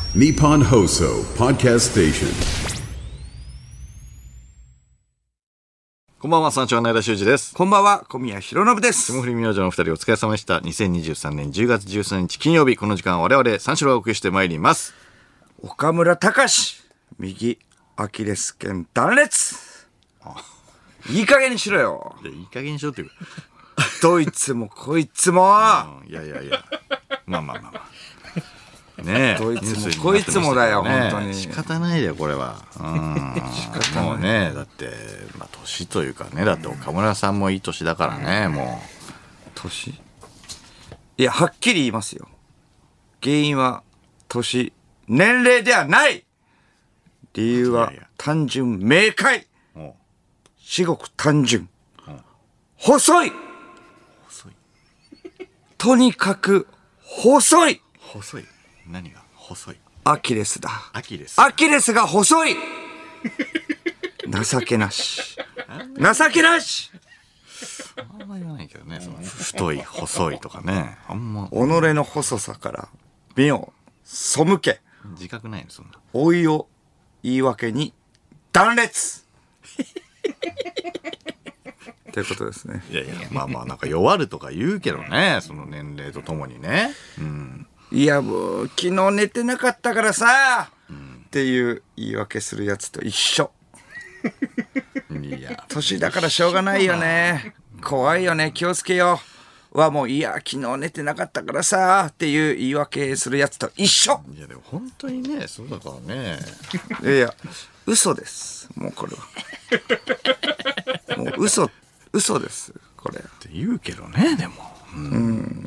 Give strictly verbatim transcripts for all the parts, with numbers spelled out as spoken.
Nippon Hoso Podcast Station。 こんばんは、山頂内田修司です。 こんばんは、小宮浩信です。 霜降り明星のお二人お疲れ様でした。にせんにじゅうさんねんじゅうがつじゅうさんにち金曜日、この時間我々三四郎をお送りしてまいります。 岡村隆史、右アキレス腱断裂。いい加減にしろよ。 いや、いい加減にしろっていう。 どいつもこいつも。 うん、いやいやいや。まあまあまあまあ。ねえ。 どいつもこいつもだよ、本当に。 仕方ないよ、これは。うん。仕方ない。もうね、だって、まあ、年というかね、だって岡村さんもいい年だからね、もう。 年いや、はっきり言いますよ。原因は、年、年齢ではない。理由は単純明快。至極単純。細い。 細い。 とにかく、細い。 細い。何が細い？ アキレスだ。 アキレス。 アキレスが細い。情けなし。情けなし。 あんま言わないけどね、その太い、細いとかね。あんま。 己の細さから目を背け。 自覚ないの、そんな。 老いを言い訳に断裂。ということですね。 いやいや、まあまあ、なんか弱るとか言うけどね、その年齢とともにね。うん。 いやもう昨日寝てなかったからさ、うん、っていう言い訳するやつと一緒。いや年だからしょうがないよね。怖いよね。気をつけよう。はもういや昨日寝てなかったからさっていう言い訳するやつと一緒。 いやでも本当にね、そうだからね。 いやいや嘘です。もうこれはもう嘘嘘ですこれって言うけどね。でもうん、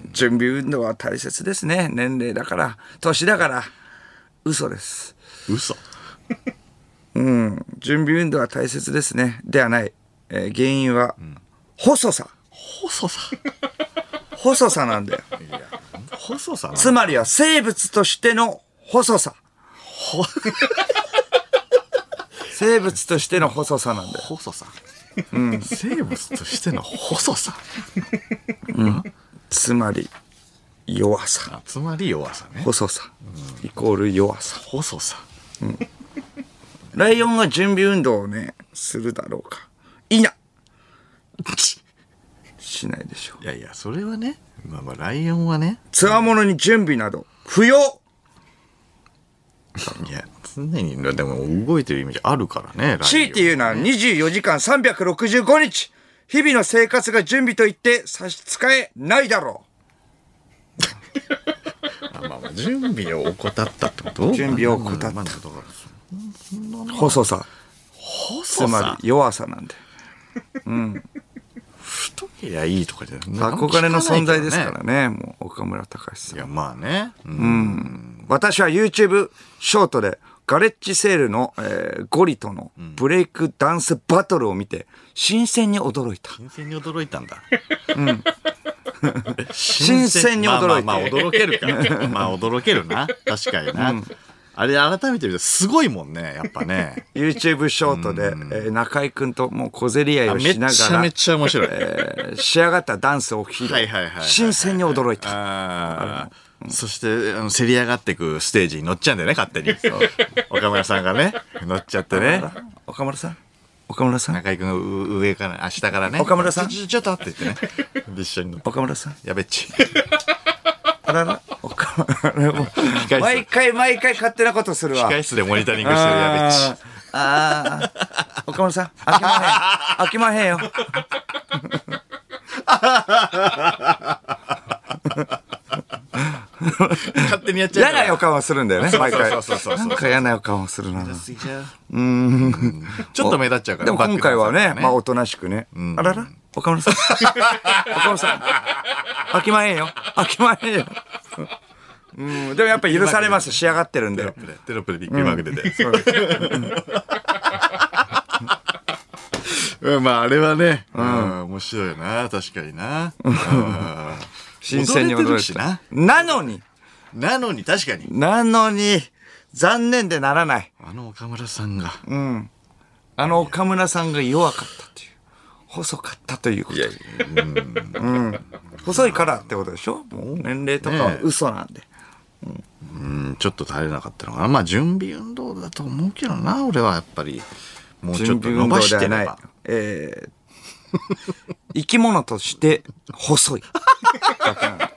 準備運動は大切ですね。年齢だから年だから嘘です。 嘘うん準備運動は大切ですねではない、えー、原因は、うん、細さ細さ細さなんだよ。 いや細さつまりは生物としての細さ生物としての細さなんだよ。 細さうん、生物としての細さ、 うん、つまり弱さ。 つまり弱さね。 細さ、うん、イコール弱さ。 細さ、 うん、ライオンが準備運動をねするだろうかいなしないでしょ。 いやいやそれはね、まあまあライオンはねつわものに準備など不要。 いや常にでも動いてるイメージあるからね。 強いて言うのはにじゅうよじかんさんびゃくろくじゅうごにち日々の生活が準備と言って差し支えないだろう。あまあまあ準備を怠ったってこと。 準備を怠った、まあまあ、細さ細さつまり弱さなんで、うん、 太けりゃいいとかじゃ憧れの存在ですからね。もう岡村隆史さん。 いやまあね、 うん、うん私は YouTube ショートでガレッジセールの、えー、ゴリとのブレイクダンスバトルを見て新鮮に驚いた。 新鮮に驚いたんだ。 うん。新鮮に驚いた。 まあまあ、まあ驚けるか。まあ驚けるな。確かにな。うん、あれ改めて見るとすごいもんね。やっぱね。 YouTube ショートで、えー、中居くんともう小競り合いをしながらめちゃめちゃ面白い。 えー、仕上がったダンスを披露。 はいはいはいはい、 新鮮に驚いた。 あうん、そしてあのせり上がっていくステージに乗っちゃうんだよね勝手に。岡村さんがね乗っちゃってね。 岡村さん岡村さん中居君が上から下からね岡村さんちょちょっとって言ってね一緒に乗って岡村さんやべっちあらら岡村毎回毎回勝手なことするわ。 控室でモニタリングしてるやべっち。 ああ岡村さん飽きまへん飽きまへんよ。 勝手にやっちゃう。 嫌な予感はするんだよね毎回。 そうそうそうそう。 なんか嫌な予感はするな。 うん。ちょっと目立っちゃうから。 でも今回はねまあおとなしくね。あらら岡村さん岡村さん飽きまへんよ飽きまへんよ。うん、でもやっぱ許されます。仕上がってるんで。 テロップでびっくりマーク出て。うん、まああれはね、うん、面白いな確かにな。 新鮮に驚いた。なのになのに確かになのに残念でならない。 あの岡村さんが、 うん、あの岡村さんが弱かったという細かったということ。いやいや、うん、うん、細いからってことでしょ。もう年齢とかは嘘なんで。 うん、うん、 ちょっと耐えれなかったのかな。まあ準備運動だと思うけどな、俺はやっぱりもうちょっと伸ばしてれば。 えー、生き物として細いだけなんだ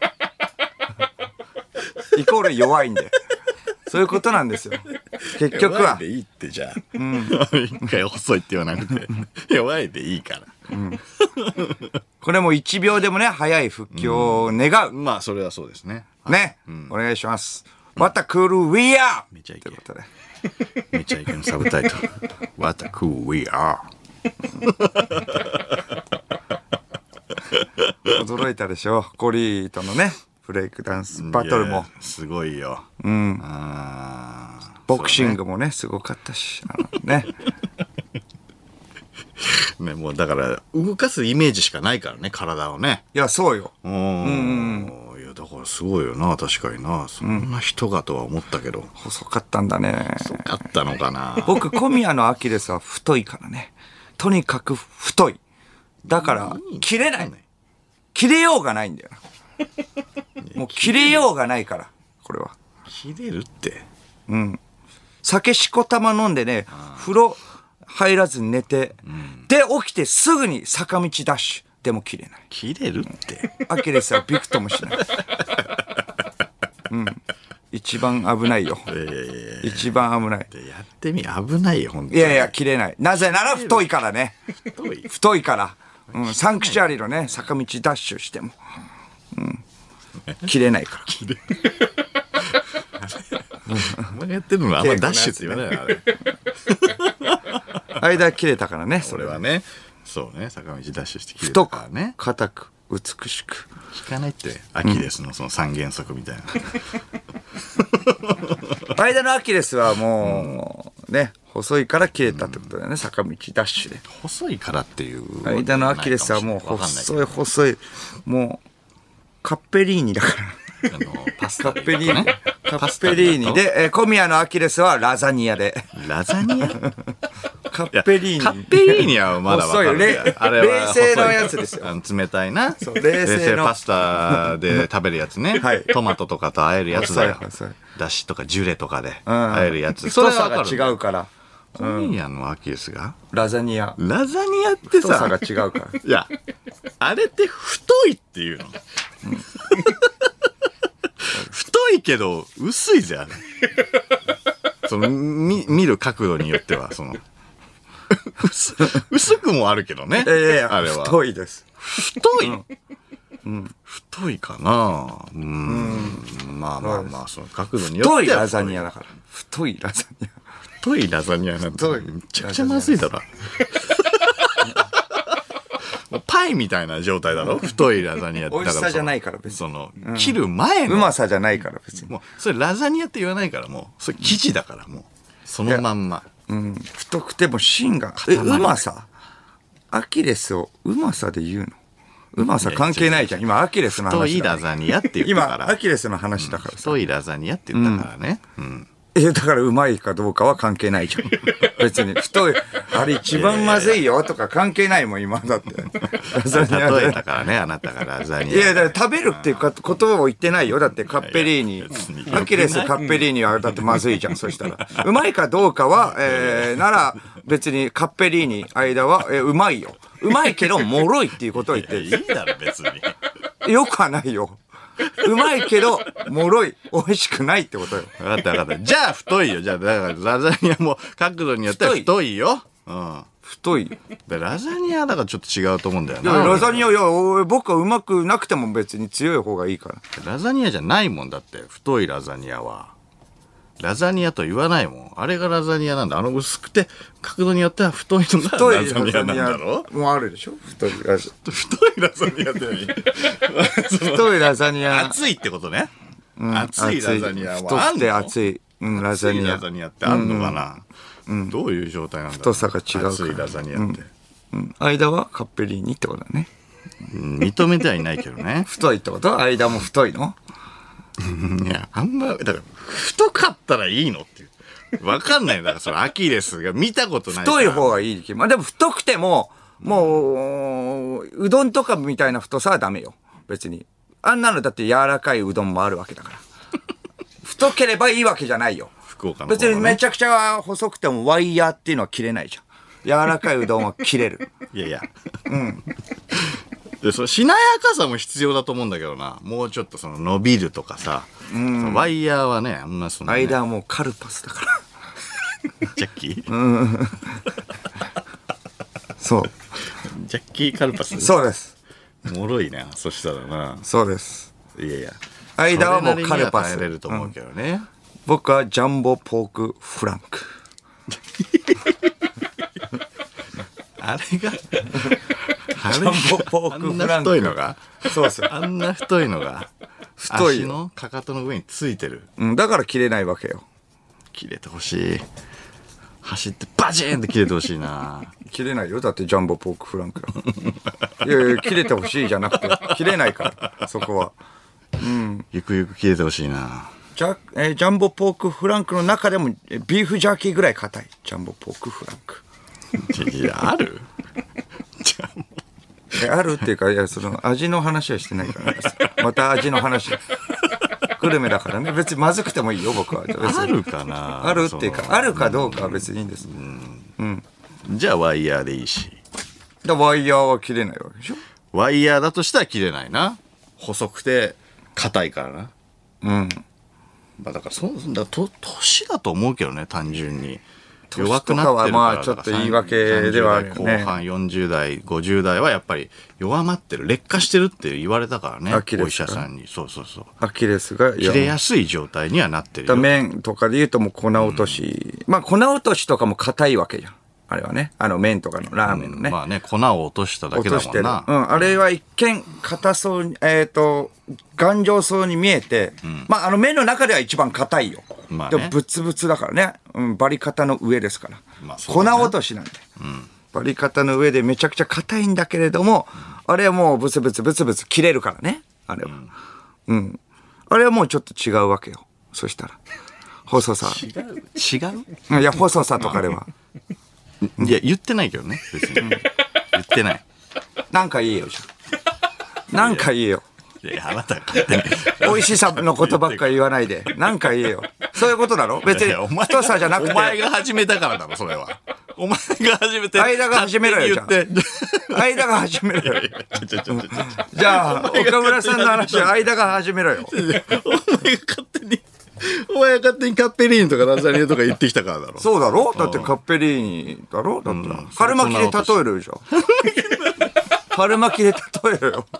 イコール弱いんで、そういうことなんですよ結局は。 弱いでいいってじゃあ、うん、一回細いって言わなくて弱いでいいから、うん、 これもいちびょうでもね早い復帰を願う、 うん、まあそれはそうですねね、うん、お願いします。 What a cool we are めちゃいけということでめちゃいけのサブタイトルWhat a cool we are 驚いたでしょコリーとのねブレイクダンスバトルもすごいよ、 うん、あボクシングもねすごかったし、あのねね、もうだから動かすイメージしかないからね体をね。 いやそうよ。 うん、いやだからすごいよな、確かにな、そんな人がとは思ったけど、うん、 細かったんだね。 細かったのかな。 僕小宮のアキレスは太いからね、とにかく太いだから切れない、切れようがないんだよなもう切れようがないからこれは。 切れるって、 うん、酒しこたま飲んでね、風呂入らず寝て、うん、で起きてすぐに坂道ダッシュでも切れない。 切れるってアキレスはびくともしない、うん、一番危ないよ。いやいやいや一番危ない。やってみ、危ないよ本当に。 いやいや切れない。なぜなら太いからね太い太いから、うん、サンクチュアリのね坂道ダッシュしても、うん、切れないから切れお前がやってるのはあんまダッシュって言わないよあれ間切れたからねそれはね。そうね、坂道ダッシュして切れたからね。 太く硬く美しく。 聞かないってアキレスのその三原則みたいな、 うん、間のアキレスはもうね細いから切れたってことだよね、うん、坂道ダッシュで。 細いからっていう。 間のアキレスはもう細い細い、もうカッペリーニだからあのパスタカッペリーニ、カッペリーニで、えー、小宮のアキレスはラザニアで。 ラザニアカッペリーニ。 カッペリーニはまだ分かるんだよ。あれは冷製のやつですよ。 あの冷たいな。 そう冷製のパスタで食べるやつね。はい、トマトとかと和えるやつだよ。だしとかジュレとかで和えるやつ。 太さが違うから。 小宮のアキレスがラザニア。 ラザニアってさ、 太さが違うから。 いや、あれって太いっていうの。うん太いけど薄いぜあれ。その見見る角度によってはその薄, 薄くもあるけどね。 いやいやいやあれは太いです。 太い、うんうん、太いかな。うん、うん、まあまあまあその角度によっては太いラザニアだから。太いラザニア。 太いラザニアなんてめちゃくちゃまずいだろ。パイみたいな状態だろ太いラザニアって。 美味しさじゃないから別に。 その、うん、切る前のうまさじゃないから別に。 もうそれラザニアって言わないから、もうそれ生地だからもうそのまんま。 うん、太くても芯がえうまさ。アキレスをうまさで言うの。うまさ関係ないじゃん。今アキレスの話だ。 太いラザニアって言ったから。 今アキレスの話だからさ、 うん、太いラザニアって言ったからね。うん。うんえ、だからうまいかどうかは関係ないじゃん。別に。太い、あれ一番まずいよとか関係ないもん、今だって。 ラザニア例えたからね、あなたがラザニア。 いや、だから食べるっていうかことを言ってないよ。だってカッペリーニ。アキレスカッペリーニはだってまずいじゃん、そしたら。うまいかどうかは、えー、なら別にカッペリーニ間は、えー、うまいよ。うまいけど、もろいっていうことを言ってる。 いや、いいだろ、別に。 よくはないよ。うまいけど、もろい。美味しくないってことよ。 分かった分かった。じゃあ太いよ。じゃあ、だからラザニアも角度によっては太いよ。うん。 太い。 でラザニアだからちょっと違うと思うんだよな。 いやラザニア、いや、僕はうまくなくても別に強い方がいいから。 ラザニアじゃないもんだって、太いラザニアは。ラザニアと言わないもん。あれがラザニアなんだ。あの薄くて角度によっては太いのがラザニアなんだろ。 もうあるでしょ。太いラザ太いラザニアって何？ 太いラザニア。 熱いってことね。うん、熱いラザニアはあんの？ 太くて熱い、うん、ラザニア。 熱いラザニアってあんのかな、うんうん、どういう状態なんだろう。 太さが違うから。 熱いラザニアって。うんうん、間はカッペリーニってことだね。 認めてはいないけどね。 太いってこと？間も太いの？ いや、あんま、だから、太かったらいいのっていう。わかんないよ。だから、そのアキレスが見たことないから。 太い方がいい。まあでも太くても、もう、うどんとかみたいな太さはダメよ。別に。あんなのだって柔らかいうどんもあるわけだから。 太ければいいわけじゃないよ。 福岡の方のね別にめちゃくちゃ細くてもワイヤーっていうのは切れないじゃん。柔らかいうどんは切れる。 いやいや。うん。で、そのしなやかさも必要だと思うんだけどな。もうちょっとその伸びるとかさ。うん、ワイヤーはね、あんまその、ね。 間はもうカルパスだから。 ジャッキーうん。そう。 ジャッキーカルパスそうです。 もろいね。そしたらな。 そうです。 いやいや。 間はもうカルパス。 耐えれると思うけどね。うん、 僕はジャンボポークフランク。 あれがあれジャンボポークフランク。 あんな太いのがそうそう。 あんな太いのが太い足のかかとの上についてる。 うん、だから切れないわけよ。 切れてほしい。走ってバチーンって切れてほしいな。 切れないよ。だってジャンボポークフランクだ。いやいや、切れてほしいじゃなくて、切れないから、そこは。うん。 ゆくゆく切れてほしいな。 ジャ、えー、ジャンボポークフランクの中でもビーフジャーキーぐらい硬い。ジャンボポークフランク。 いや、あるジャンボ。あるっていうか、いや、その味の話はしてないからね。また味の話。グルメだからね。別にまずくてもいいよ、僕は。別にあるかな。 あるっていうか、あるかどうかは別にいいんです。うん。 うん、じゃあワイヤーでいいし。 だワイヤーは切れないわけでしょ。 ワイヤーだとしたら切れないな。細くて硬いからな。 うん。 まあだからそうだと年だと思うけどね、単純に。 弱くなってるから。まあちょっと言い訳ではあるよね。 後半よんじゅう代ごじゅう代はやっぱり弱まってる、劣化してるって言われたからね、お医者さんに。そうそうそう。 アキレスが切れやすい状態にはなってるよ。 麺とかで言うともう粉落とし、うん、まあ粉落としとかも硬いわけじゃん。あれはね、あの麺とかのラーメンのね、 うん、まあね、粉を落としただけだもんな。 うん、あれは一見硬そうに、えっ、ー、と頑丈そうに見えて、うん、まああの麺の中では一番硬いよ。まあね、でもブツブツだからね、うん、バリカタの上ですから、まあそうね、粉落としなんで、うん、バリカタの上でめちゃくちゃ硬いんだけれども、うん、あれはもうブツブツブツブツ切れるからね、あれは、うん、うん、あれはもうちょっと違うわけよ。そしたら細さ違う違う、いや細さとかでは。 いや言ってないけどね、別に、うん、言ってない。 なんか言えよじゃん。なんか言えよ。 いやあなたが勝手に美味しさのことばっかり言わないで、なんか言えよ。そういうことだろ。別に太さじゃなくて。 お前が始めたからだろそれは。お前が始めて。 間が始めろよじゃん。間が始めろよ。じゃあ岡村さんの話は間が始めろよ。 お前が勝手に。お前が勝手にカッペリーニとかラザニアとか言ってきたからだろ。 そうだろ。だってカッペリーニだろ。だって、うん、春巻きで例えるじゃん。春巻きで例えるよ。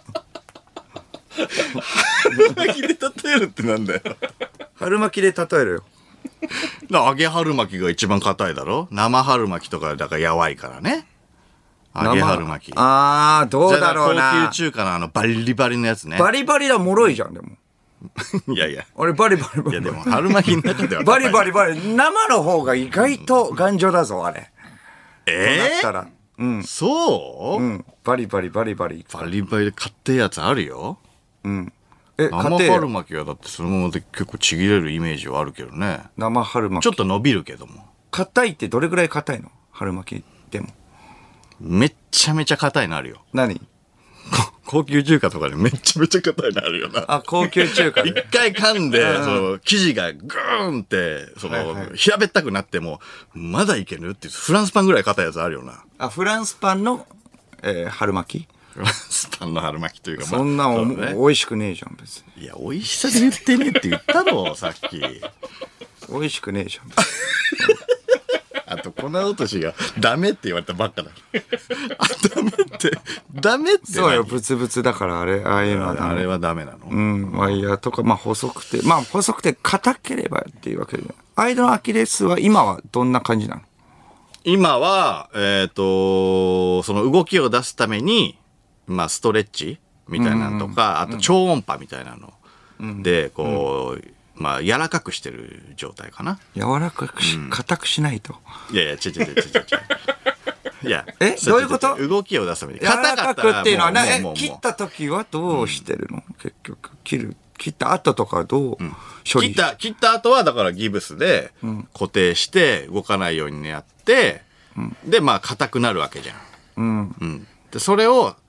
春巻きで例えるってなんだよ。 春巻きで例えるよ。 揚げ春巻きが一番硬いだろ。生春巻きとかだからやわいからね。揚げ春巻き。 ああどうだろうな。 高級中華のあのバリバリのやつね。 バリバリだもろいじゃんでも。 いやいや。 俺バリバリバリ。 いやでも春巻きの中ではバリバリバリ。生の方が意外と頑丈だぞあれ。 ええー。 だったら。うん。 そう？ うん。バリバリバリバリ。 バリバリで買ってやつあるよ。 うん。 え、生春巻きはだってそのままで結構ちぎれるイメージはあるけどね。 生春巻き。 ちょっと伸びるけども。 硬いってどれぐらい硬いの？春巻きでも。 めっちゃめちゃ硬いのあるよ。 何？ 高級中華とかでめっちゃめちゃ硬いのあるよな。 あ、高級中華で。 一回噛んで、その、生地がグーンって、その、はいはい、平べったくなっても、まだいけるっていう、フランスパンぐらい硬いやつあるよな。 あ、フランスパンの、えー、春巻き？ フランスパンの春巻きというか、 そんなお、ね、美味しくねえじゃん、別に。 いや、美味しさで言ってねえって言ったろ、さっき。 美味しくねえじゃん。 あと粉落としがダメって言われたばっかだ。あ、ダメって、ダメって。 そうよ、ブツブツだからあれ、ああいうのはダメ。 あれはダメなの。 うん、ワイヤーとか、まあ細くて、まあ細くて硬ければっていうわけで。間のアキレスは今はどんな感じなの？ 今は、えっと、その動きを出すために、まあストレッチみたいなのとか、あと超音波みたいなので、こう、まあ柔らかくしてる状態かな。 柔らかくし、硬くしないと。 いやいや、ちょちょちょちょちょ。いや、 え、どういうこと？ 動きを出すために。 柔らかくっていうのはね、切った時はどうしてるの？結局切る。切った後とかどう処理？ 切った、切った後はだからギブスで固定して動かないようにやって、で、まあ硬くなるわけじゃん。うん。うん。で、それを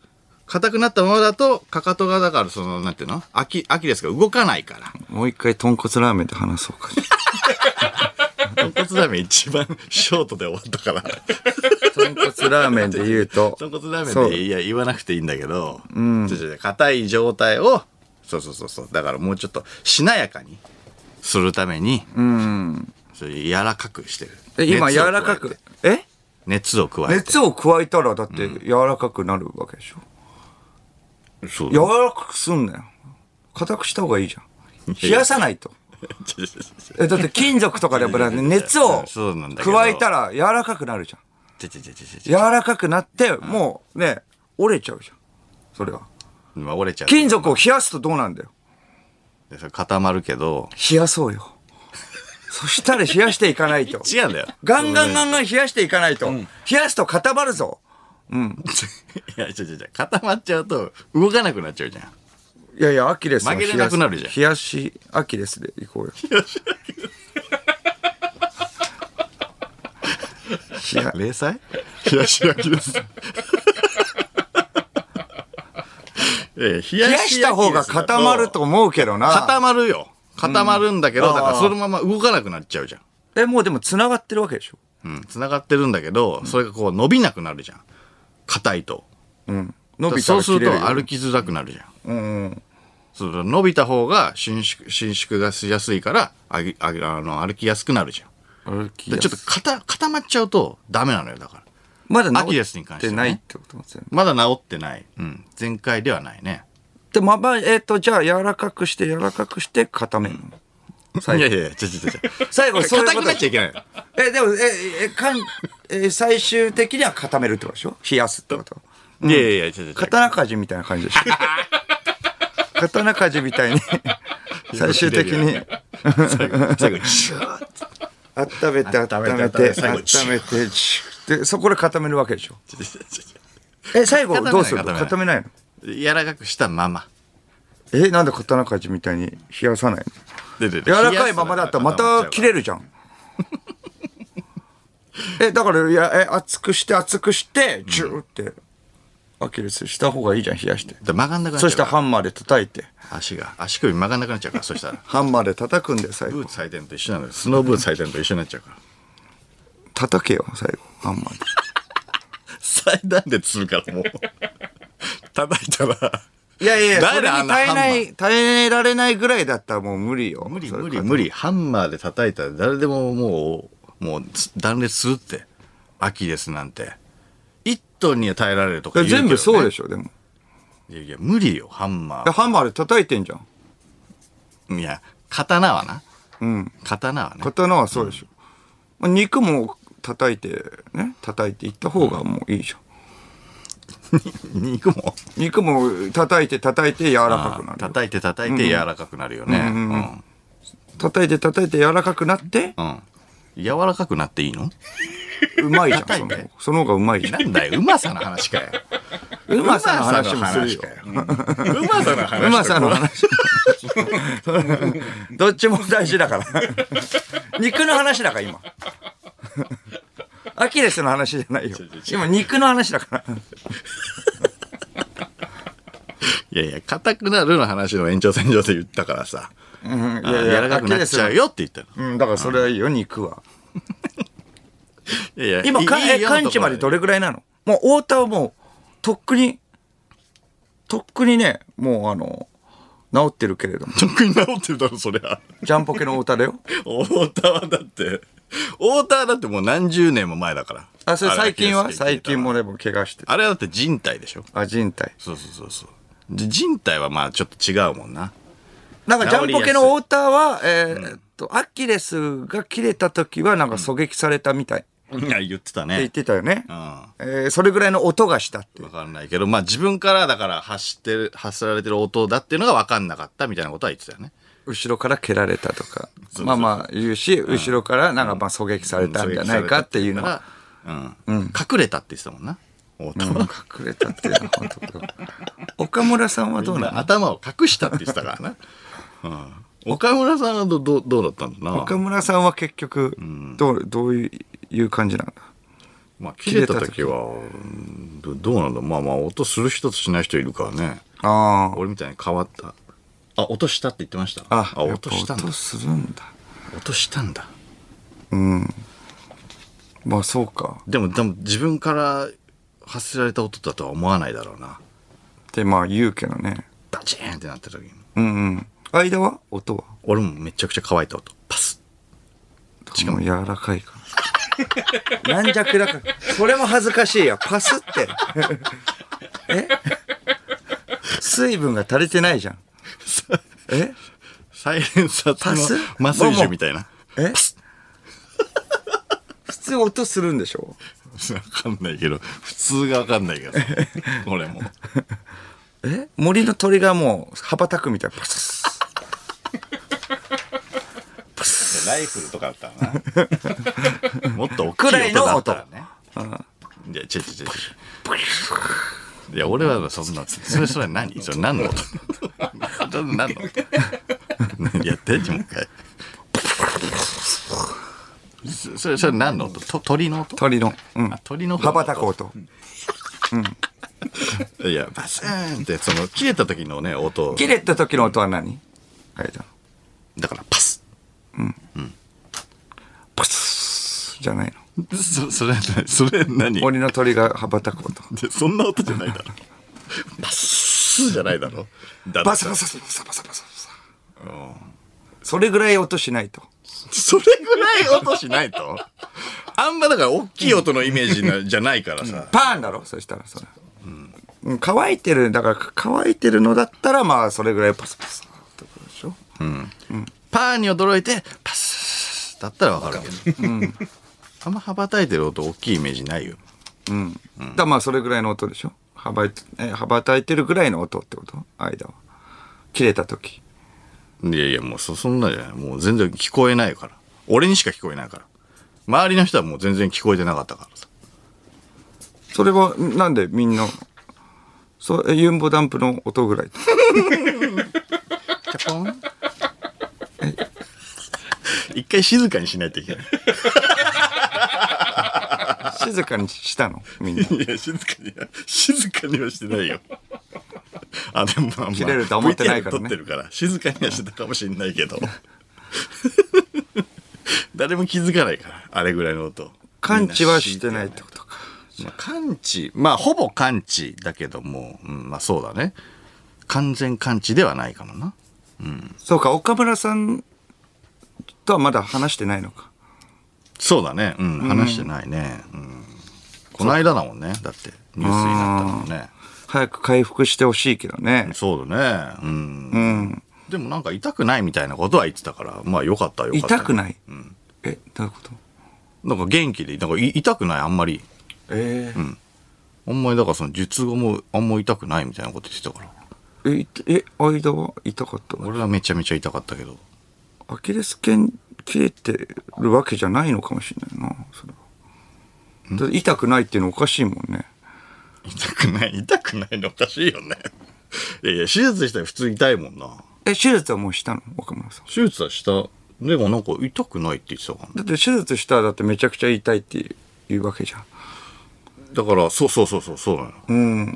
硬くなったままだと、かかとがだからその、なんていうのアキ、アキレスが動かないから。 もう一回豚骨ラーメンで話そうか。 豚骨ラーメン一番ショートで終わったから。 豚骨ラーメンで言うと。 豚骨ラーメンでいや言わなくていいんだけど、うん。硬い状態を、そうそうそうそう。だからもうちょっとしなやかにするために、うん。それ柔らかくしてる。 え、今柔らかく。え熱を加えて。 熱を加えたらだって柔らかくなるわけでしょ。うん、そう。柔らかくすんなよ。硬くした方がいいじゃん。冷やさないと。え、だって金属とかでも熱を加えたら柔らかくなるじゃん。柔らかくなって、もうね、折れちゃうじゃん。それは。 まあ折れちゃう。 金属を冷やすとどうなんだよ。 固まるけど。 冷やそうよ。そしたら冷やしていかないと。 違うんだよ。 ガンガンガンガン冷やしていかないと。うん、冷やすと固まるぞ。うん。 いや、違う違う。固まっちゃうと動かなくなっちゃうじゃん。 いやいや、アキレス曲げれなくなるじゃん。 冷やしアキレスでいこうよ。冷やしアキレス。 零細冷やしアキレス。 冷やした方が固まると思うけどな。 固まるよ。固まるんだけど、うん、だからそのまま動かなくなっちゃうじゃん。 え、もうでも繋がってるわけでしょ。 うん、繋がってるんだけど、それがこう伸びなくなるじゃん。硬いと。 うん。 伸びたらそうすると歩きづらくなるじゃん。うんうん。そう伸びた方が伸縮、伸縮がしやすいから、あぎああの歩きやすくなるじゃん。歩きやすい。ちょっと固固まっちゃうとダメなのよ、だから。 まだ治ってないってことですよね。 まだ治ってない。うん。全開ではないね。 で、まあまあ、えっと、じゃあ柔らかくして柔らかくして固めるの。 いやいやいや、ちょちょちょ。 最後、 硬くなっちゃいけないの。 え、でも、え、え、かん、え、最終的には固めるってことでしょ？冷やすってこと。 いやいやいや、ちょちょ。 刀鍛冶みたいな感じでしょ。刀鍛冶みたいに、最終的に。 最後、最後、シューッ。温めて、温めて、温めて、で、そこで固めるわけでしょ。え、最後どうするの？固めないの？ 柔らかくしたまま。 え、なんで刀鍛冶みたいに冷やさないの？柔らかいままだったらまた切れるじゃん。え、だからやえ熱くして熱くしてジューってアキレスした方がいいじゃん、冷やして。 曲がんなくなっちゃう。 そしたらハンマーで叩いて。 足が足首曲がんなくなっちゃうから、そしたら。 ハンマーで叩くんで最後。 ブーツ履いてるのと一緒なのよ。スノーブーツ履いてるのと一緒になっちゃうから。 叩けよ最後ハンマーで。 最短でつるからもう。叩いたら。 いやいや、それに耐えない、耐えられないぐらいだったらもう無理よ。 無理無理無理。ハンマーで叩いたら誰でももう、もう断裂するって。アキレスなんて。一トンには耐えられるとか言うけど、ね。 全部そうでしょ、でも。 いやいや、無理よ、ハンマー。 ハンマーで叩いてんじゃん。いや、刀はな。 うん。 刀はね。 刀はそうでしょ。うん、肉も叩いて、ね、叩いていった方がもういいじゃん。 肉も肉も叩いて叩いて柔らかくなる。 叩いて叩いて柔らかくなるよね。うんうん、 叩いて叩いて柔らかくなって、 うん、柔らかくなっていいの？ うまいじゃん。その, その方がうまいじゃん。 なんだよ、うまさの話かよ。 うまさの話もするよ。 うまさの話。 うまさの話。どっちも大事だから。肉の話だから今。アキレスの話じゃないよ。今肉の話だから。 いやいや、硬くなるの話の延長線上で言ったからさ。うん、いやいや、柔らかくなっちゃうよって言ったの。うん、だからそれはいいよ、肉は。 いやいや、 今、完治までどれぐらいなの？もう、太田はもう、とっくに、とっくにね、もうあの、治ってるけれども。 とっくに治ってるだろ、そりゃ。 ジャンポケの太田だよ。 太田はだって、太田はだってもう何十年も前だから。 あ、それ最近は最近もでも怪我してる。 あれはだって人体でしょ？ あ、人体。 そうそうそうそう。人体はまあちょっと違うもんな。 なんかジャンポケの太田は、えー、っと、うん、アキレスが切れた時はなんか狙撃されたみたい。 うん、いや、言ってたね。 言ってたよね。うん。えー、それぐらいの音がしたって。 わかんないけど、まあ自分からだから発してる、発せられてる音だっていうのがわかんなかったみたいなことは言ってたよね。 後ろから蹴られたとか。まあまあ言うし、後ろからなんかまあ狙撃されたんじゃないかっていうのは。 うん。うん。隠れたって言ってたもんな。 うん、隠れたっていうのは本当か。岡村さんはどうなの？ 頭を隠したって言ってたからな。うん。岡村さんはどどどうだったんだな。 岡村さんは結局どう、どういう感じなんだ。 まあ切れた時はどどうなんだ。まあまあ音する人としない人いるからね。 ああ。 俺みたいに変わった。あ、音したって言ってました。 あ、 あ、音したんだ。 音するんだ。 音したんだ。 うん。まあそうか。 でもでも自分から発せられた音だとは思わないだろうな。 ってまあ言うけどね。 バチーンってなった時に。 うんうん。間は音は俺もめちゃくちゃ乾いた音。パス。 しかも柔らかいから。軟弱だから。それも恥ずかしいよ。パスって。え水分が足りてないじゃん。えサイレンサーの麻酔銃みたいな。 え普通音するんでしょ。 わかんないけど、普通がわかんないけど、俺も。 え森の鳥がもう羽ばたくみたいな。パスライフルとかだったらな。もっと大きい音だったらね。いや、違う違う違う。いや、俺はそんな、それそれ何それ何の音何の音やってもう一回。それ、それ何の音と鳥の音鳥の。うん。 鳥の羽ばたく音。 うん。いや、バスーンって、その、切れた時のね、音。 切れた時の音は何だから、パス。 うん。うん。パスじゃないの。そ、それ、それ何森の鳥が羽ばたく音。 で、そんな音じゃないだろ。パスじゃないだろ。 バサバサバサバサバサバサ。それぐらい音しないと。 それぐらい音しないとあんまだから大きい音のイメージなじゃないからさ。 パーンだろそしたらそれ。うん。乾いてる、だから乾いてるのだったらまあそれぐらいパサパサってことでしょ。 うん。うん、パーに驚いてパスだったらわかるけど。うん。あんま羽ばたいてる音大きいイメージないよ。 うん。うん、だからまあそれぐらいの音でしょ。羽ばえ羽ばたいてるぐらいの音ってこと間は。切れた時。 いやいやもう そ, そんなじゃない。もう全然聞こえないから。俺にしか聞こえないから。周りの人はもう全然聞こえてなかったからさ。 それはなんでみんなそうユンボダンプの音ぐらいチャポン一回静かにしないといけない。 静かにしたのみんな。 いや静かには静かにはしてないよ。あでもまあまあ切れると思ってないからね。 ブイティーアール 撮ってるから静かにはしてたかもしれないけど誰も気づかないからあれぐらいの音。 感知はしてないってことか。 まあ、感知まあほぼ感知だけども、うん、まあそうだね。完全感知ではないかもな。うん、 そうか岡村さんとはまだ話してないのか。 そうだね、うん、話してないね、うん、この間だもんねだってニュースになったのもね。 早く回復してほしいけどね。 そうだね、うん、うん、でもなんか痛くないみたいなことは言ってたからまあよかったよかった、ね、 痛くない、うん、えどういうこと？ なんか元気でなんか痛くないあんまり。 ええー、うん、 あんまりだからその術後もあんま痛くないみたいなこと言ってたから。 ええ間は痛かった？ 俺はめちゃめちゃ痛かったけど。 アキレス腱切れてるわけじゃないのかもしれないなそれは。だって痛くないっていうのおかしいもんね。 痛くない痛くないのおかしいよね。いやいや手術したら普通痛いもんな。 え手術はもうしたの岡村さん？ 手術はした。でもなんか痛くないって言ってたかな。 だって手術したらだってめちゃくちゃ痛いっていうわけじゃん。 だからそうそうそうそうそうなの。うん。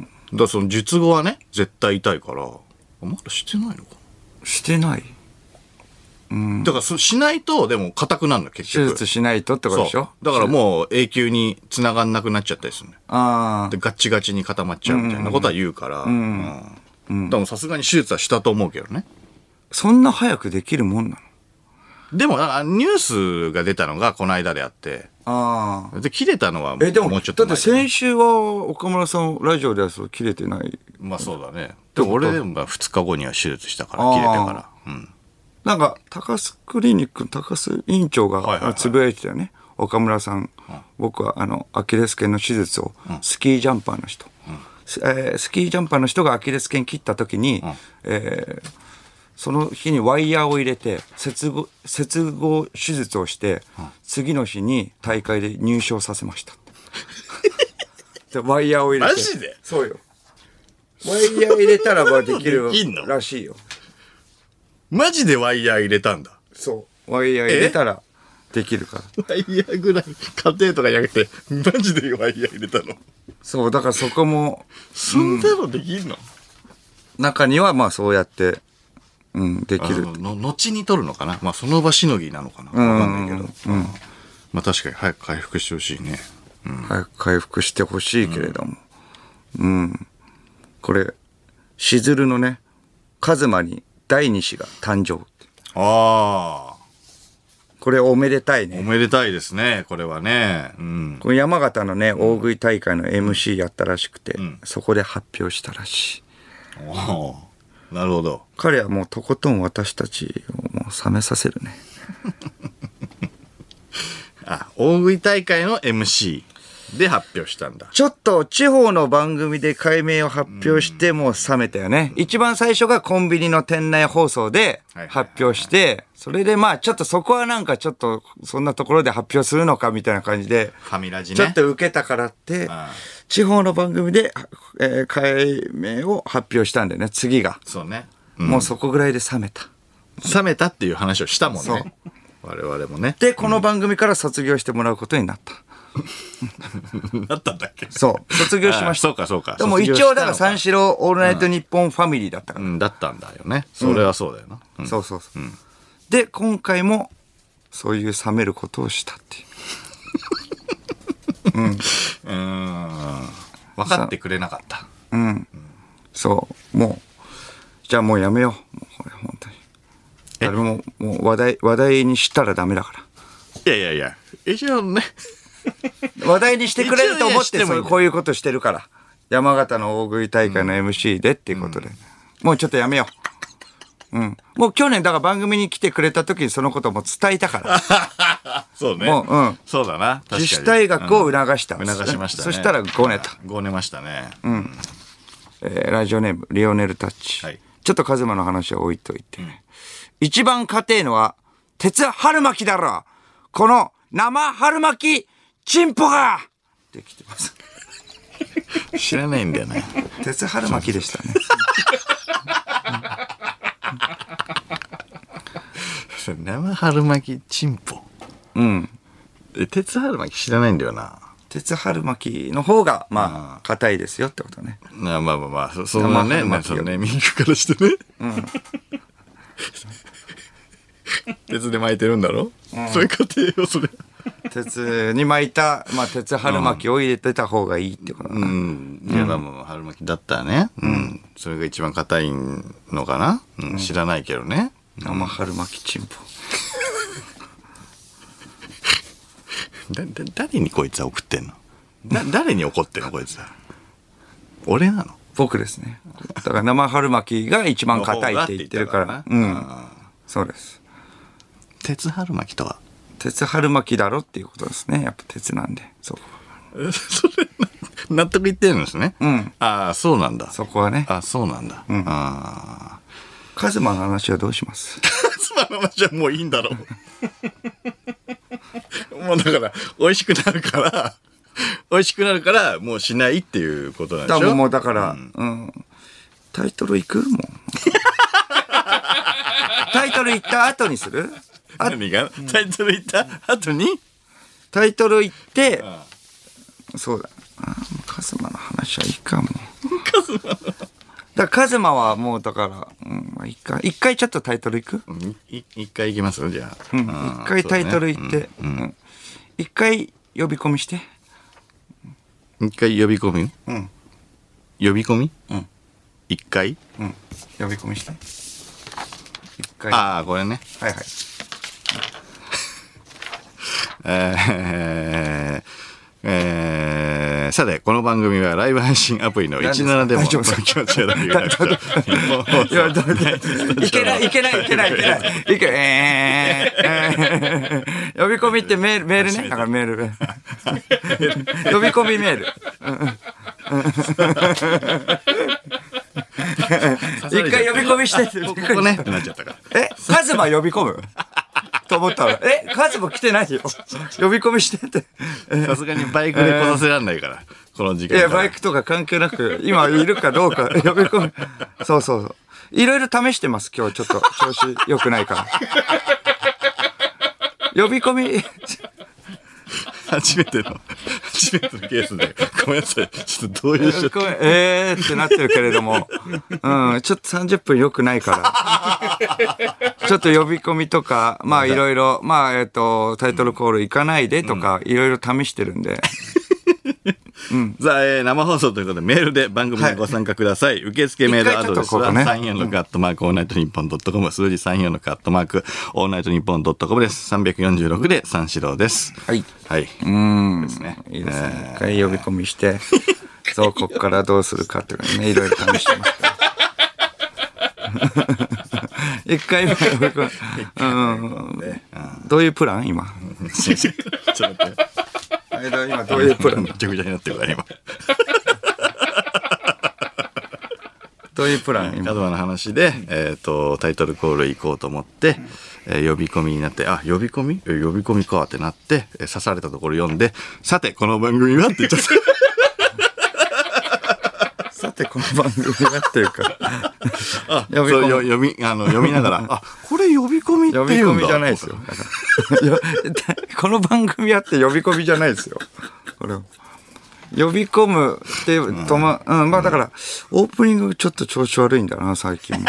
だからその術後はね絶対痛いからまだしてないのかな。 してない。うん、 だからそしないとでも硬くなるの結局。 手術しないとってことでしょ。 だからもう永久に繋がんなくなっちゃったりするね。ああ。でガッチガチに固まっちゃうみたいなことは言うから。うん。うんうん、でもさすがに手術はしたと思うけどね。 そんな早くできるもんなの？ でもニュースが出たのがこの間であって。ああ。で切れたのはもうちょっと前。えでもだって先週は岡村さんラジオではそう切れてない。 まあそうだね。でも俺でもふつかごには手術したから切れてから。うん。なんか高須クリニックの高須院長がつぶやいてたよね、はいはいはい、岡村さん、うん、僕はあのアキレス腱の手術を、うん、スキージャンパーの人、うんえー、スキージャンパーの人がアキレス腱切った時に、うんえー、その日にワイヤーを入れて接合、接合手術をして、うん、次の日に大会で入賞させましたでワイヤーを入れてマジで？ そうよワイヤー入れたらばできるらしいよ。 マジでワイヤー入れたんだ。 そうワイヤー入れたらできるから。 ワイヤーぐらい、家庭とかじゃなくて、マジでワイヤー入れたの。 そう、だからそこも、 そんなのできんの、 うん、中にはまあそうやって、うん、できる。 の後に取るのかな、まあその場しのぎなのかな、わかんないけど。うん。まあ確かに早く回復してほしいね。 うん、早く回復してほしいけれども。うん。うん、これ、しずるのね、カズマに第二子が誕生。 ああ。 これおめでたいね。 おめでたいですね、これはね。うん。 これ山形のね、大食い大会の エムシー やったらしくて、 うん、 そこで発表したらしい。 おー、なるほど。 彼はもうとことん私たちをもう冷めさせるね。 あ、大食い大会の エムシー。で発表したんだ。 ちょっと地方の番組で改名を発表してもう冷めたよね。一番最初がコンビニの店内放送で発表して、それでまあちょっとそこはなんかちょっとそんなところで発表するのかみたいな感じで、 ファミラジね。 ちょっと受けたからって、地方の番組で、えー、改名を発表したんだよね、次が。 そうね。 うん、もうそこぐらいで冷めた。 冷めたっていう話をしたもんね。我々もね。 で、この番組から卒業してもらうことになった。 なったんだっけ。 そう卒業しました。 そうかそうか。 でも一応だから三四郎オールナイトニッポンファミリーだったから、 うん、だったんだよね。それはそうだよな、 うん、そうそうそう、うん、で今回もそういう冷めることをしたっていううん、 うん分かってくれなかった。 うん、うん、そうもうじゃあもうやめよう、もうこれ本当に誰ももう話題話題にしたらダメだから。 いやいやいや一応ね話題にしてくれると思ってそうこういうことしてるから、山形の大食い大会の エムシー でっていうことで、うん、もうちょっとやめよう、うん、もう去年だから番組に来てくれた時にそのことも伝えたからそうね、 もう、うん、 そうだな、 自主退学を促した、 うん、促しましたね。 そしたらごねたごねましたね、 うん、えー、ラジオネームリオネルタッチ、はい、ちょっとカズマの話は置いといて、うん、一番勝てえのは鉄春巻きだろ、この生春巻きチンポができてます知らないんだよね。 鉄春巻きでしたね生春巻きチンポ、 うん、 え鉄春巻き知らないんだよな。 鉄春巻きの方がまあ硬いですよってことね。 まあまあまあそそんなね、まあ、そのネーミングからしてね、うん、鉄で巻いてるんだろ、うん、そういう過程よそれ。 鉄に巻いた、まあ、鉄春巻きを入れてた方がいいってことだな。うん。 いや、まあもう春巻きだったらね。うん。それが一番硬いのかな、うん、知らないけどね。 生春巻きチンポ。 だ、だ、誰にこいつは送ってんの？だ、誰に怒ってんのこいつは。俺なの？ 僕ですね。だから生春巻きが一番硬いって言ってるから。うん。そうです。 鉄春巻きとは鉄春巻きだろっていうことですね。やっぱ鉄なんで。そう。 それ納得いってるんですね。うん。ああ、そうなんだ。 そこはね。 ああ、そうなんだ。うん。ああ。 カズマの話はどうします？ カズマの話はもういいんだろう。もうだから美味しくなるから美味しくなるからもうしないっていうことなんでしょ。 だもうだから、うん、うん、タイトルいくもん。タイトル言った後にする？ 何が、うん、タイトル言った後にタイトル言って、ああそうだ、あカズマの話はいいかも。 カズマのだからカズマはもうだから、うん、まあ、一回一回ちょっとタイトルいく？ い一回いきますじゃあ。 うん、一回タイトル言って、うんうん、一回呼び込みして。 一回呼び込み？うん。呼び込み？うん。一回？ うん。呼び込みして。一回。 ああこれね。 はいはい。 えーえー、さてこの番組はライブ配信アプリのじゅうななでも気持ち悪いよね。 いけないいけないいけないいけないいけえー、呼び込みってメールメールね。だからメール呼び込みメール一回呼び込みしてここねってなっちゃったから。 えカズマ呼び込むと思ったら、え、カズマ来てないよ。呼び込みしてって。 さすがにバイクで来させらんないから、この時間。 いや、バイクとか関係なく、今いるかどうか呼び込み。そうそうそう。いろいろ試してます、今日ちょっと調子良くないから。 呼び込み初めての、初めてのケースで、ごめんなさい。ちょっとどういう人ごめんえーってなってるけれども、うん、ちょっとさんじゅっぷん良くないから、ちょっと呼び込みとか、まあいろいろ、まあえっと、タイトルコール行かないでとか、いろいろ試してるんで。 さあ、えー生放送ということでメールで番組にご参加ください。受付メールアドレスは一回ちょっとここねさんよんろくアットマークオールナイトニッポンドットコム、数字さんよんろくアットマークオールナイトニッポンドットコムです。さんびゃくよんじゅうろくで三四郎です。 はい。 はい。 うん。 ですね。 いいですね。一回呼び込みして、そう、ここからどうするかっていうかね、いろいろ試してますから。一回目呼び込み、うん。どういうプラン今。 ちょっと待って。 今どういうプランめちゃくちゃになってるから今。 どういうプラン今。 カドマの話で、えっと、タイトルコール行こうと思って、えー呼び込みになって、あ、呼び込みえ呼び込みかってなって、えー刺されたところ読んで、さて、この番組はって言っちゃった。 さて、この番組はっていうか。 あ、 呼び込みそうよ読み、あの、読みながら、あ、これ呼び込みって呼び言うんだ。 込みじゃないですよ。だからよこの番組あって呼び込みじゃないですよ。これを呼び込むっていうとま、うん、まあだから、オープニングちょっと調子悪いんだな、最近も。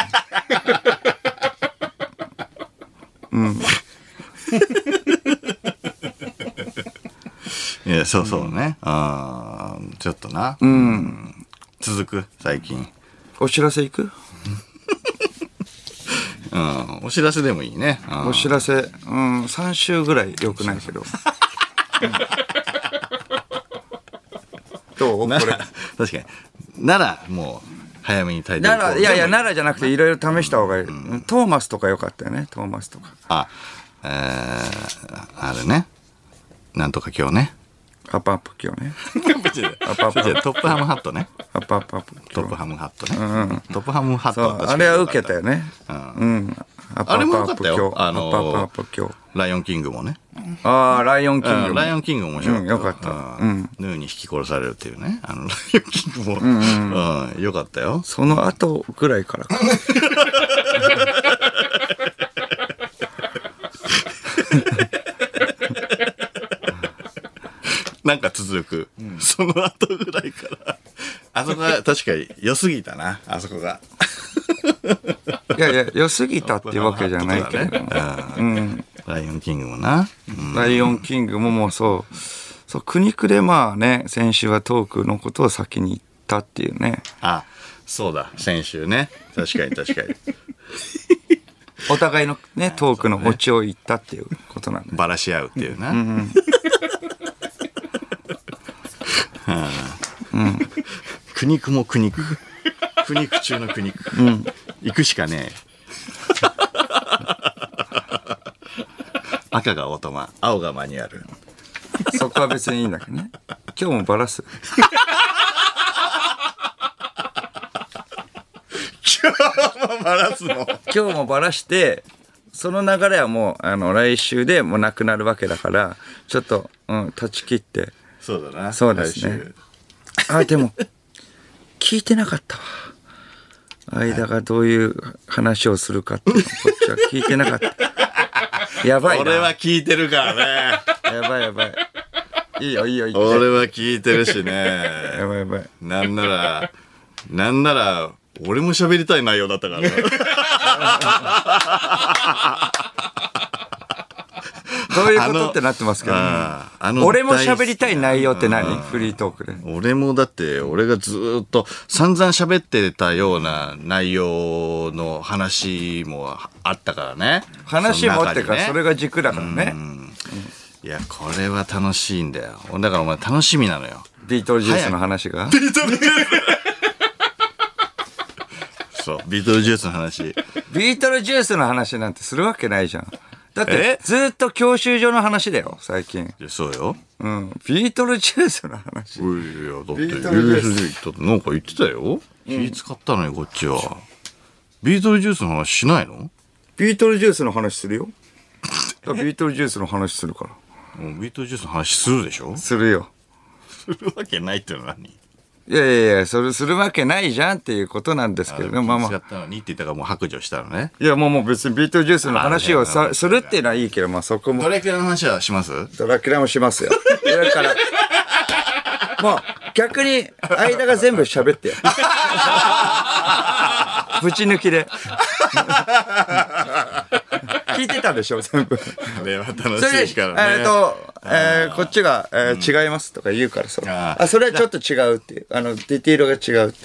いや、そうそうね。あーちょっとな。うん。続く、最近。 お知らせ行くうん。お知らせでもいいね。うんお知らせ、うん、さん週ぐらい良くないけど。うんどうこれ。 なら確かに。なら、もう、早めにタイトルコール奈良、いやいや、 でも奈良じゃなくていろいろ試した方がいい。トーマスとか良かったよね、トーマスとか。 あ、えー、あれね。なんとか今日ね。 アップアップ今日ね。 アップアップトップハムハットね。 アップアップアップトップハムハットね。トップハムハッそう、 トはあれは受けたよね。 ね。うん。アップアあれもップアップ良かったよ今日。アあのーップアップアップ今日。 ライオンキングもね。 ああ、ライオンキングも。 うんライオンキングも面白かった。 うんよかったうんヌーに引き殺されるっていうね。あの、ライオンキングも、うん、よかったよ。 その後ぐらいからか。 なんか続く。その後ぐらいから。あそこが確かに良すぎたな、あそこが。 いやいや、良すぎたっていうわけじゃないけれども。 うんライオンキングもな。 ライオンキングももうそう、そう、苦肉でまあね、先週はトークのことを先に言ったっていうね。 あ、そうだ、先週ね。確かに確かに。 お互いのね、トークのオチを言ったっていうことなんで。 ばらし合うっていうな。苦肉も苦肉。苦肉中の苦肉。行くしかねえ。赤がオートマ、青がマニュアル。 そこは別にいいんだけどね。今日もバラす。 バラすの。 今日もバラして、その流れはもう、あの、来週でもうなくなるわけだから、ちょっと、うん、断ち切って。 そうだな。 そうですね来週。 あ、でも、聞いてなかったわ。間がどういう話をするかっていうのをこっちは聞いてなかった。やばいな。 俺は聞いてるからね。 やばいやばい。いいよいいよいいよ。 俺は聞いてるしね。 やばいやばい。 なんなら、なんなら、俺も喋りたい内容だったからね。 どういうことってなってますけど、ね、 ああの俺も喋りたい内容って何？フリートークで。 俺もだって俺がずーっと散々喋ってたような内容の話もあったからね。 話もってか、 ね、 それが軸だからね。 いやこれは楽しいんだよ。だからお前楽しみなのよ。 ビートルジュースの話が。 ビートルジュースそうビートルジュースの話。 ビートルジュースの話なんてするわけないじゃん。だってずっと教習所の話だよ最近。 いやそうよ。 うん。ビートルジュースの話。 いやだって ユービートルエジューススジー だってなんか言ってたよ。気使ったのよこっちは。ビートルジュースの話しないの？ ビートルジュースの話するよ。ビートルジュースの話するから。 もうビートルジュースの話するでしょ？ するよ。 するわけないってのは何？ いやいやいや、それするわけないじゃんっていうことなんですけれども、まあまあ。 違ったのにって言ったからもう白状したのね。 いや、もうもう別にビートルジュースの話をあさするっていうのはいいけど、まあそこもド。ラキュラの話はします？ ドラキュラもしますよ。だから、もう逆に間が全部喋ってよ。ぶち抜きで。聞いてたでしょ、全部。 あれは楽それで、 しいからね。 えっと、えーこっちが、えー違いますとか言うからさ。 あーあ、それはちょっと違うっていう。あの、ディティールが違うって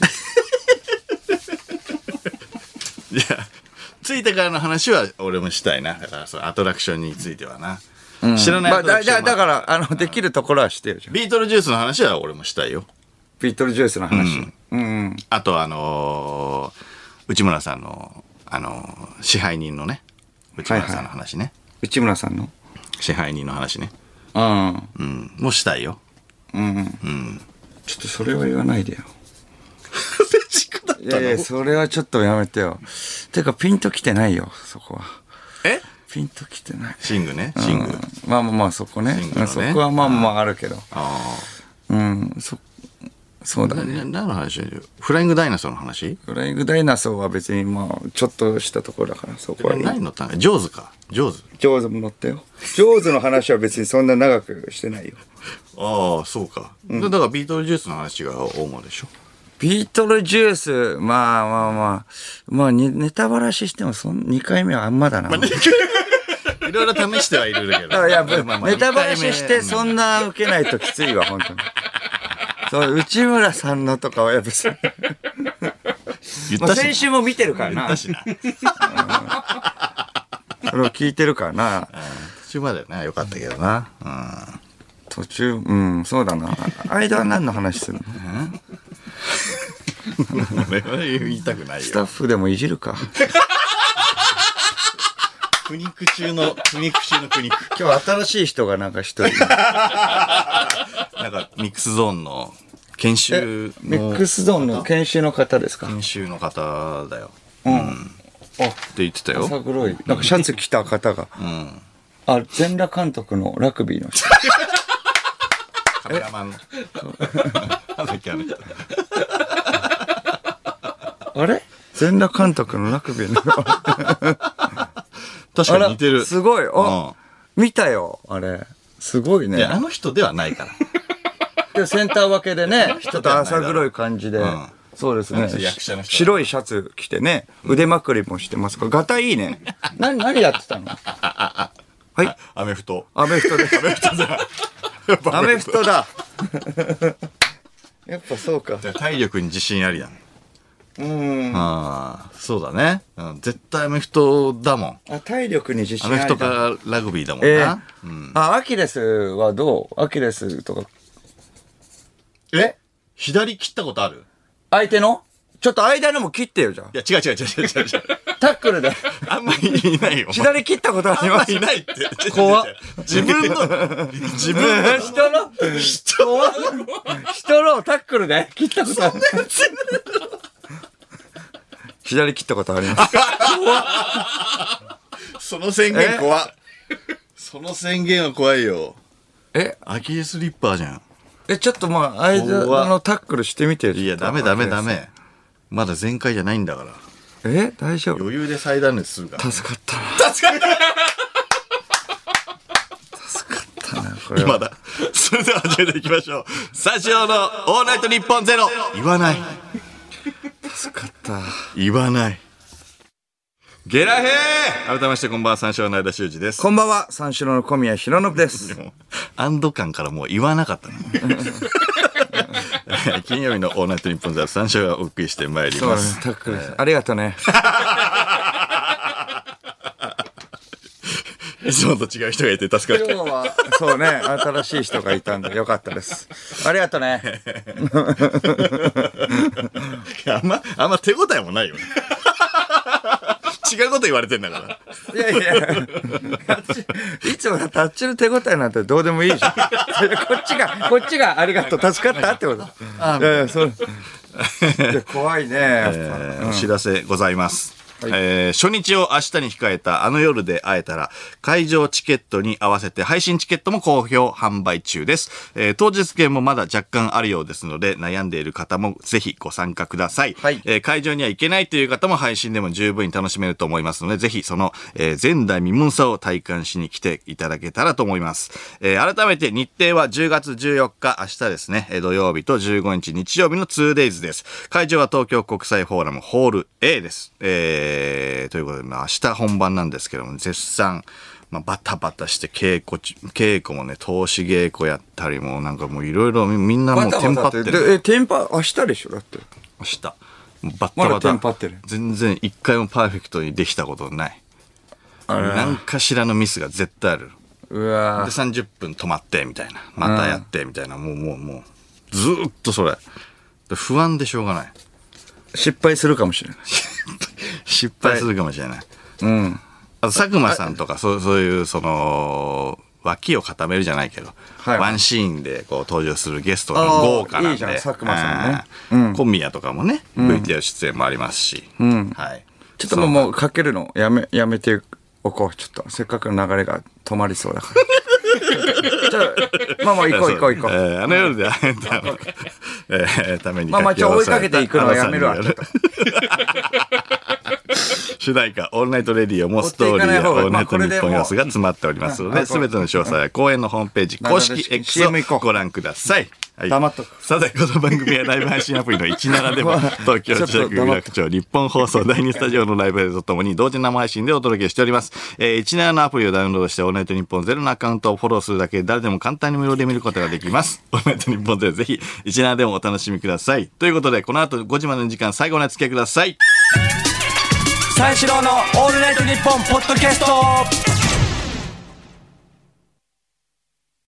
いう。 いや、着いてからの話は俺もしたいな。だからそのアトラクションについてはな。知らないまあ、だアトラクションもだだから、あの、できるところはしてよじゃん。 ビートルジュースの話は俺もしたいよ。 ビートルジュースの話。うん、うん。 あとあのー内村さんの、あのー支配人のね、内村さんの話ね。 内村さんの支配人の話ね。 うん。 うん。もうしたいよ。 ちょっとそれは言わないでよ。 嬉しくなっいやいや、それはちょっとやめてよ。てか、ピンときてないよ、そこは。 えピンときてない。 シングね。シング。 うんまあまあまあ、そこね。 シングのねそこはまあまああるけど。 あうん、そ、そうだあ。 ね。 な何の話？フライングダイナソーの話？ フライングダイナソーは別にまあ、ちょっとしたところだから、そこはいい。 何乗ったの？ジョーズか。ジョーズ。 ジョーズも乗ったよ。ジョーズの話は別にそんな長くしてないよ。 ああ、そうか。だからビートルジュースの話が主でしょ。 ビートルジュース、まあまあまあ、まあにネタバラシしてもそんにかいめはあんまだな。 いろいろ試してはいるけど。 だからいや、 まあまあネタバラシして一回そんな受けないときついわ、本当に。そう、内村さんのとかはやっぱさ、 目言もうったし先週も見てるからな。 言ったしな。 それを聞いてるからな。 途中までね、よかったけどな。 途中、うん、そうだな。間は何の話するのうん。俺は言いたくないスタッよ。 フでもいじるか。 苦肉中の、苦肉中の苦肉。 今日新しい人がなんか一人。 なんか、ミックスゾーンの研修の。 ミックスゾーンの研修の方ですか？ 研修の方だよ。 うん。 って言ってたよ。 朝黒い。なんかシャツ着た方が。 うん。 あ、全裸監督のラグビーの人。 カメラマンの。なんだっけ、あの人。 あれ全裸監督のラグビーの。 確かに似てる。 すごい。あ、見たよ。あれ。すごいね。 いや、あの人ではないから。 でセンター分けでね、ちょっと朝黒い感じで。 んそうですね。 役者の人白いシャツ着てね、腕まくりもしてますから、ガタいいね。何、何やってたの？はい。 アメフト。 アメフトです。アメフトだ。アメフトだ。やっぱそうか。 体力に自信ありだ。 うん。 ああ、そうだね。うん絶対アメフトだもん。 あ、体力に自信アメありだ。 フトかラグビーだもんえな。 ーあ、アキレスはどう？アキレスとか。 え左切ったことある？ 相手のちょっと間のも切ってよ、じゃあ。 いや、違う違う違う違う違う違う。 タックルで。 あんまりいないよ。 左切ったことありますいないって。 怖っ自分の、自分の、 人の人人のタックルで切ったことある。左切ったことあります。 その宣言怖っ。その宣言は怖いよ。 え、 アキレスリッパーじゃん。 え、ちょっとまあ、間のタックルしてみてよ。 いや、ダメダメダ。メ。まだ全開じゃないんだから。 え、大丈夫？ 余裕で再断熱するから。 助かったな。 助かった助かったな、これは。 今だ。それでは始めていきましょう。最初のオールナイトニッポンゼロ。言わない。 助かった。 言わない。ゲラヘー改めましてこんばんは、三四郎の間修二です。 こんばんは、三四郎の小宮浩信です。 もう安堵感からもう言わなかったの。金曜日のオールナイトニッポンゼロ三四郎がお送りしてまいりそうねます。、 タックル。ありがとうね。 いつもと違う人がいて助かる。 今日は、そうね、新しい人がいたんでよかったです。ありがとうね。 あんま、あんま手応えもないよね。違うこと言われてんだから。 いやいや、いつもタッチの手応えなんてどうでもいいじゃん。こっちが、こっちがありがとう、助かったってこと。いやいや、そう。いや怖いね。やっぱえーお知らせございます。 はい、えー、初日を明日に控えたあの夜で会えたら、会場チケットに合わせて配信チケットも好評販売中です。えー、当日券もまだ若干あるようですので、悩んでいる方もぜひご参加ください。はい、えー、会場には行けないという方も配信でも十分に楽しめると思いますので、ぜひその、えー、前代未聞さを体感しに来ていただけたらと思います。えー、改めて日程はじゅうがつじゅうよっか、明日ですね、土曜日とじゅうごにち日曜日の ツーデイズ です。会場は東京国際フォーラムホール A です。えー、ということで、まあ、明日本番なんですけども、絶賛、まあ、バタバタして稽古、稽古もね、通し稽古やったりも、なんかもういろいろみんなもうテンパってる。 え、テンパ、明日でしょだって。 明日。バッタバタ。 まだテンパってる。 全然一回もパーフェクトにできたことない。何かしらのミスが絶対ある。 うわで、さんじゅっぷん止まって、みたいな。またやって、みたいな。もう、もう、もう、ずーっとそれ。不安でしょうがない。 失敗するかもしれない。 失敗するかもしれない。 うん。 あと佐久間さんとかそうそういうその脇を固めるじゃないけど、はい、ワンシーンでこう登場するゲストが豪華なんで、 いいじゃん佐久間さんね、 うん、小宮とかもね、うん、ブイティーアール 出演もありますし、うん、はい、 ちょっともうもうかけるのやめやめておこう。ちょっとせっかくの流れが止まりそうだからじゃあまあまあ行こう行こう行こう、 えー、あの夜で会えたの、えー、ためにまあまあちょ追いかけていくのはやめるわ主題歌オールナイトレディオもストーリーやオールナイトニッポン様子が詰まっておりますので、すべての詳細は公演のホームページ公式 X をご覧ください。はい、 黙っとく。 さて、この番組はライブ配信アプリのいちななでも、東京千代区有楽町日本放送だいにスタジオのライブ映像ともに同時生配信でお届けしております。えー、いちななのアプリをダウンロードして、オールナイトニッポンゼロのアカウントをフォローするだけで誰でも簡単に無料で見ることができます。オールナイトニッポンゼロぜひいちななでもお楽しみください。ということで、この後ごじまでの時間最後までお付き合いください。 三四郎のオールナイトニッポンポッドキャスト。